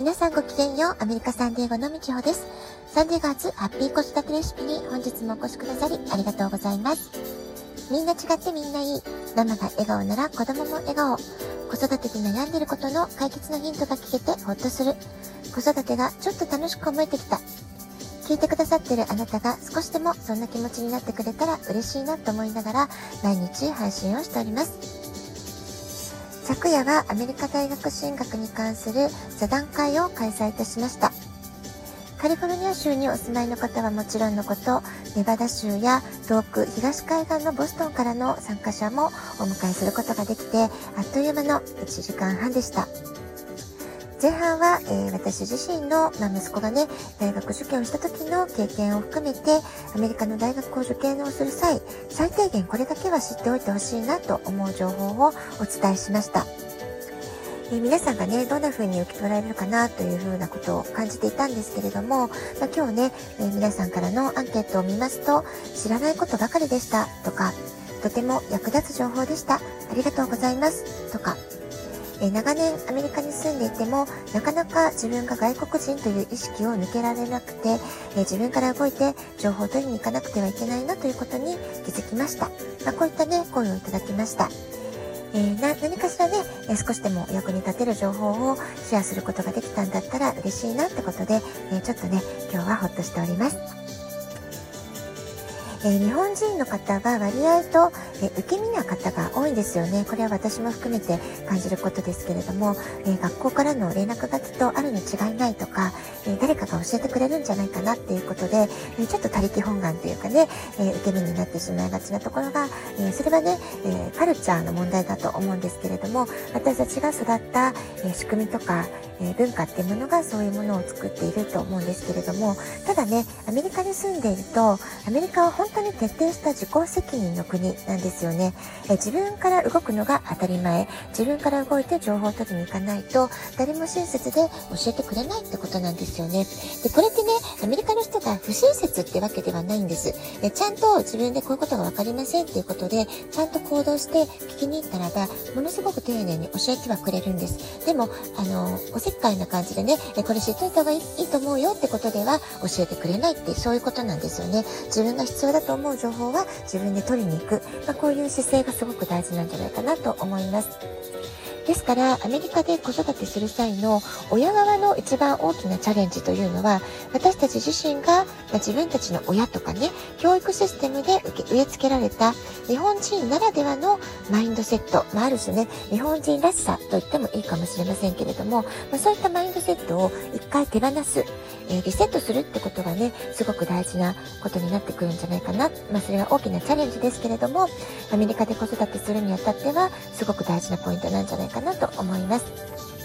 皆さんごきげんよう。アメリカサンディエゴのみちほです。サンディエゴ発ハッピー子育てレシピに本日もお越しくださりありがとうございます。みんな違ってみんないい。ママが笑顔なら子供も笑顔。子育てで悩んでいることの解決のヒントが聞けてほっとする。子育てがちょっと楽しく思えてきた。聞いてくださっているあなたが少しでもそんな気持ちになってくれたら嬉しいなと思いながら毎日配信をしております。昨夜はアメリカ大学進学に関する座談会を開催いたしました。カリフォルニア州にお住まいの方はもちろんのこと、ネバダ州や遠く東海岸のボストンからの参加者もお迎えすることができて、あっという間の1時間半でした。前半は、私自身の、息子がね、大学受験をした時の経験を含めて、アメリカの大学を受験をする際、最低限これだけは知っておいてほしいなと思う情報をお伝えしました。皆さんがね、どんな風に受け取られるかなという風なことを感じていたんですけれども、今日ね、皆さんからのアンケートを見ますと、知らないことばかりでしたとか、とても役立つ情報でした。ありがとうございますとか、長年アメリカに住んでいてもなかなか自分が外国人という意識を抜けられなくて、自分から動いて情報を取りに行かなくてはいけないなということに気づきました。こういったね、声をいただきました。何かしらね、少しでもお役に立てる情報をシェアすることができたんだったら嬉しいなってことで、ちょっとね、今日はほっとしております。日本人の方は割合と、受け身な方が多いんですよね。これは私も含めて感じることですけれども、学校からの連絡がきっとあるに違いないとか、誰かが教えてくれるんじゃないかなっていうことで、ちょっと他力本願というかね、受け身になってしまいがちなところが、それはね、カルチャーの問題だと思うんですけれども、私たちが育った、仕組みとか、文化っていうものがそういうものを作っていると思うんですけれども、ただね、アメリカに住んでいると、アメリカは本当に徹底した自己責任の国なんですよね。自分から動くのが当たり前。自分から動いて情報を取りに行かないと、誰も親切で教えてくれないってことなんですよね。で、これってね、アメリカの人が不親切ってわけではないんです。ちゃんと自分でこういうことがわかりませんっていうことで、ちゃんと行動して聞きに行ったらば、ものすごく丁寧に教えてはくれるんです。でも、おせっかいな感じでね、これ知っといた方がいいと思うよってことでは教えてくれないって、そういうことなんですよね。自分が必要だと思う情報は自分で取りに行く。こういう姿勢がすごく大事なんじゃないかなと思います。ですから、アメリカで子育てする際の親側の一番大きなチャレンジというのは、私たち自身が自分たちの親とかね、教育システムで植え付けられた日本人ならではのマインドセット、ある種ね、日本人らしさと言ってもいいかもしれませんけれども、そういったマインドセットを一回手放す、リセットするってことがね、すごく大事なことになってくるんじゃないかな。それは大きなチャレンジですけれども、アメリカで子育てするにあたっては、すごく大事なポイントなんじゃないかなと思います。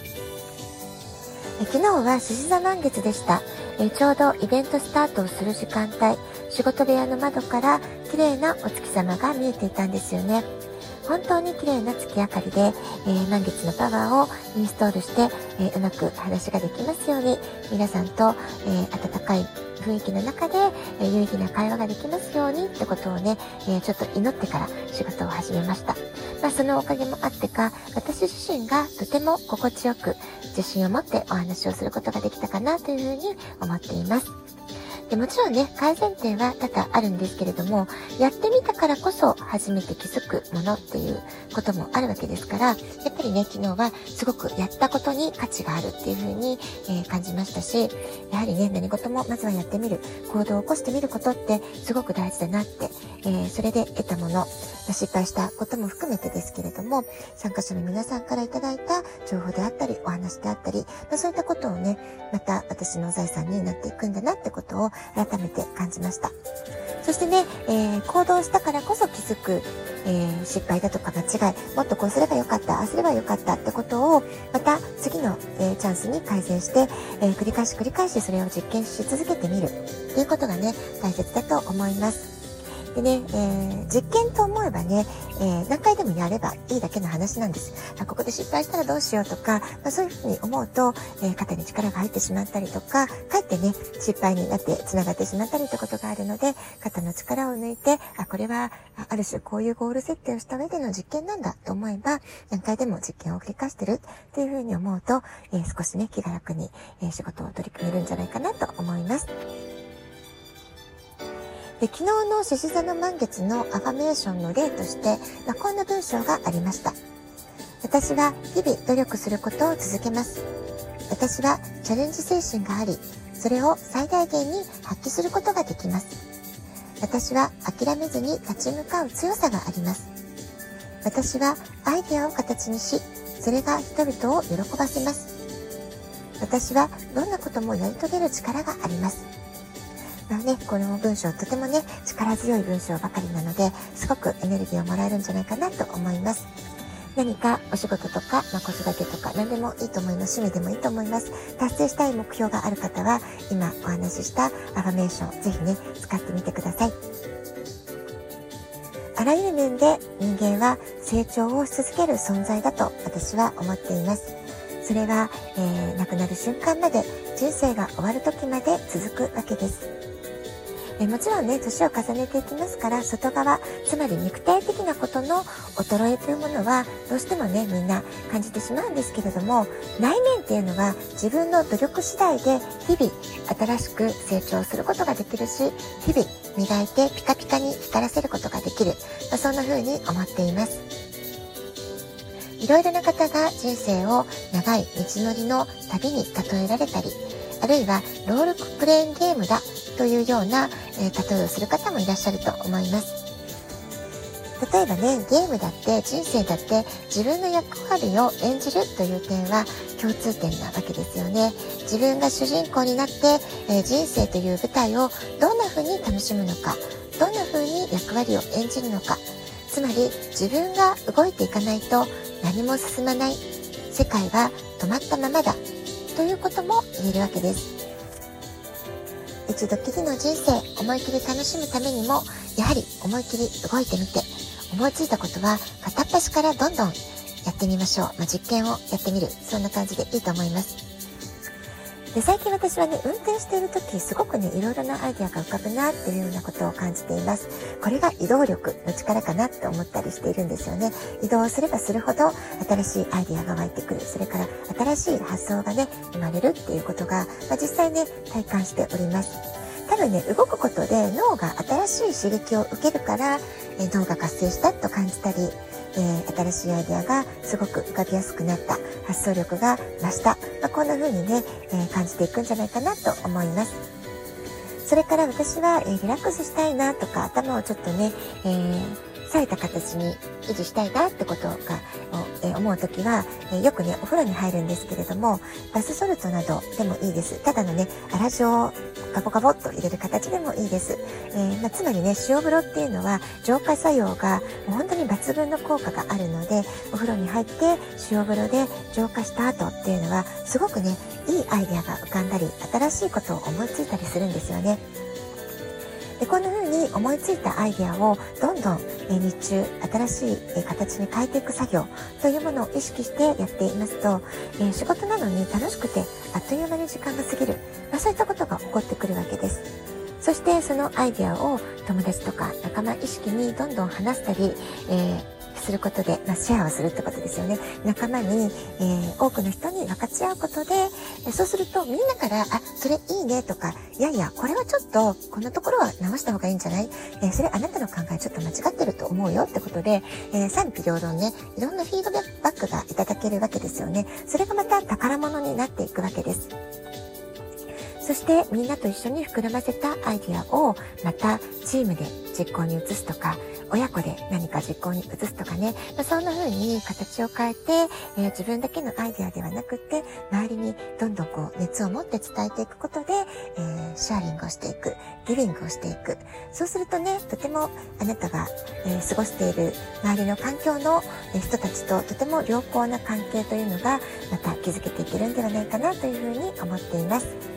昨日は獅子座満月でした。ちょうどイベントスタートをする時間帯、仕事部屋の窓から綺麗なお月様が見えていたんですよね。本当に綺麗な月明かりで、満月のパワーをインストールして、うまく話ができますように、皆さんと、温かい雰囲気の中で、有意義な会話ができますようにってことをね、ちょっと祈ってから仕事を始めました。そのおかげもあってか、私自身がとても心地よく自信を持ってお話をすることができたかなというふうに思っています。でもちろんね、改善点は多々あるんですけれども、やってみたからこそ初めて気づくものっていうこともあるわけですから、やっぱりね、昨日はすごくやったことに価値があるっていうふうに、感じましたし、やはりね、何事もまずはやってみる、行動を起こしてみることってすごく大事だなって、それで得たもの、失敗したことも含めてですけれども、参加者の皆さんからいただいた情報であったり、お話であったり、そういったことをね、また私の財産になっていくんだなってことを改めて感じました。そしてね、行動したからこそ気づく、失敗だとか間違い、もっとこうすればよかった、ああすればよかったってことを、また次の、チャンスに改善して、繰り返しそれを実験し続けてみるっていうことがね、大切だと思います。 でね、実験と思えばね、何回でもやればいいだけの話なんです。ここで失敗したらどうしようとか、そういうふうに思うと、肩に力が入ってしまったりとか、かえってね、失敗になって繋がってしまったりってことがあるので、肩の力を抜いて、これはある種こういうゴール設定をした上での実験なんだと思えば、何回でも実験を繰り返してるっていうふうに思うと、少しね、気が楽に、仕事を取り組めるんじゃないかなと思います。で、昨日の獅子座の満月のアファメーションの例として、こんな文章がありました。私は日々努力することを続けます。私はチャレンジ精神があり、それを最大限に発揮することができます。私は諦めずに立ち向かう強さがあります。私はアイデアを形にし、それが人々を喜ばせます。私はどんなこともやり遂げる力があります。この文章とてもね、力強い文章ばかりなので、すごくエネルギーをもらえるんじゃないかなと思います。何かお仕事とか、子育てとか何でもいいと思います。趣味でもいいと思います。達成したい目標がある方は、今お話ししたアファメーション、ぜひね、使ってみてください。あらゆる面で人間は成長をし続ける存在だと私は思っています。それは、亡くなる瞬間まで、人生が終わる時まで続くわけです。もちろんね、年を重ねていきますから、外側、つまり肉体的なことの衰えというものは、どうしてもね、みんな感じてしまうんですけれども、内面っていうのは自分の努力次第で日々新しく成長することができるし、日々磨いてピカピカに光らせることができる。そんな風に思っています。いろいろな方が人生を長い道のりの旅に例えられたり、あるいはロールプレインゲームだというような、例えをする方もいらっしゃると思います。例えばね、ゲームだって人生だって自分の役割を演じるという点は共通点なわけですよね。自分が主人公になって、人生という舞台をどんな風に楽しむのか、どんな風に役割を演じるのか、つまり自分が動いていかないと何も進まない、世界は止まったままだということも言えるわけです。一度きりの人生、思い切り楽しむためにも、やはり思い切り動いてみて、思いついたことは片っ端からどんどんやってみましょう。実験をやってみる。そんな感じでいいと思います。で、最近私はね、運転している時、すごくね、いろいろなアイデアが浮かぶなっていうようなことを感じています。これが移動力の力かなって思ったりしているんですよね。移動すればするほど新しいアイデアが湧いてくる。それから新しい発想がね、生まれるっていうことが、実際ね、体感しております。多分ね、動くことで脳が新しい刺激を受けるから、脳が活性したと感じたり、新しいアイデアがすごく浮かびやすくなった、発想力が増した、こんな風にね、感じていくんじゃないかなと思います。それから私は、リラックスしたいなとか、頭をちょっとね、冴えた形に維持したいなってことが、思うときは、よくね、お風呂に入るんですけれども、バスソルトなどでもいいです。ただのね、粗塩をガボガボっと入れる形でもいいです。つまりね、塩風呂っていうのは浄化作用がもう本当に抜群の効果があるので、お風呂に入って塩風呂で浄化した後っていうのは、すごくね、いいアイデアが浮かんだり、新しいことを思いついたりするんですよね。で、こんな風に思いついたアイデアをどんどん日中新しい形に変えていく作業というものを意識してやっていますと、仕事なのに楽しくてあっという間に時間が過ぎる、そういったことが起こってくるわけです。そしてそのアイデアを友達とか仲間意識にどんどん話したり、することで、シェアをするってことですよね。仲間に、多くの人に分かち合うことで、そうするとみんなから、それいいねとか、いやいや、これはちょっと、このところは直した方がいいんじゃない？それあなたの考えちょっと間違ってると思うよってことで、賛否両論ね、いろんなフィードバックがいただけるわけですよね。それがまた宝物になっていくわけです。そしてみんなと一緒に膨らませたアイディアをまたチームで実行に移すとか、親子で何か実行に移すとかね、そんな風に形を変えて、自分だけのアイデアではなくって周りにどんどんこう熱を持って伝えていくことで、シェアリングをしていく、ギビングをしていく。そうするとね、とてもあなたが、過ごしている周りの環境の人たちととても良好な関係というのがまた築けていけるんではないかなというふうに思っています。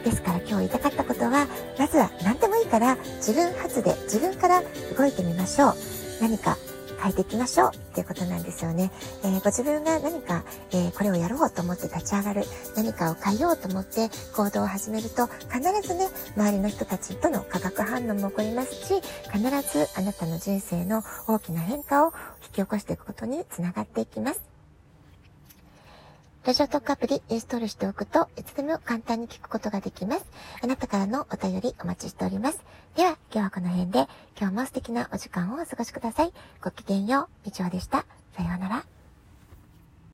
ですから今日言いたかったことは、まずは何でもいいから自分発で自分から動いてみましょう。何か変えていきましょうっていうことなんですよね。ご自分が何か、これをやろうと思って立ち上がる、何かを変えようと思って行動を始めると、必ずね、周りの人たちとの化学反応も起こりますし、必ずあなたの人生の大きな変化を引き起こしていくことにつながっていきます。ラジオトークアプリインストールしておくといつでも簡単に聞くことができます。あなたからのお便りお待ちしております。では今日はこの辺で、今日も素敵なお時間をお過ごしください。ごきげんよう。みちおでした。さようなら。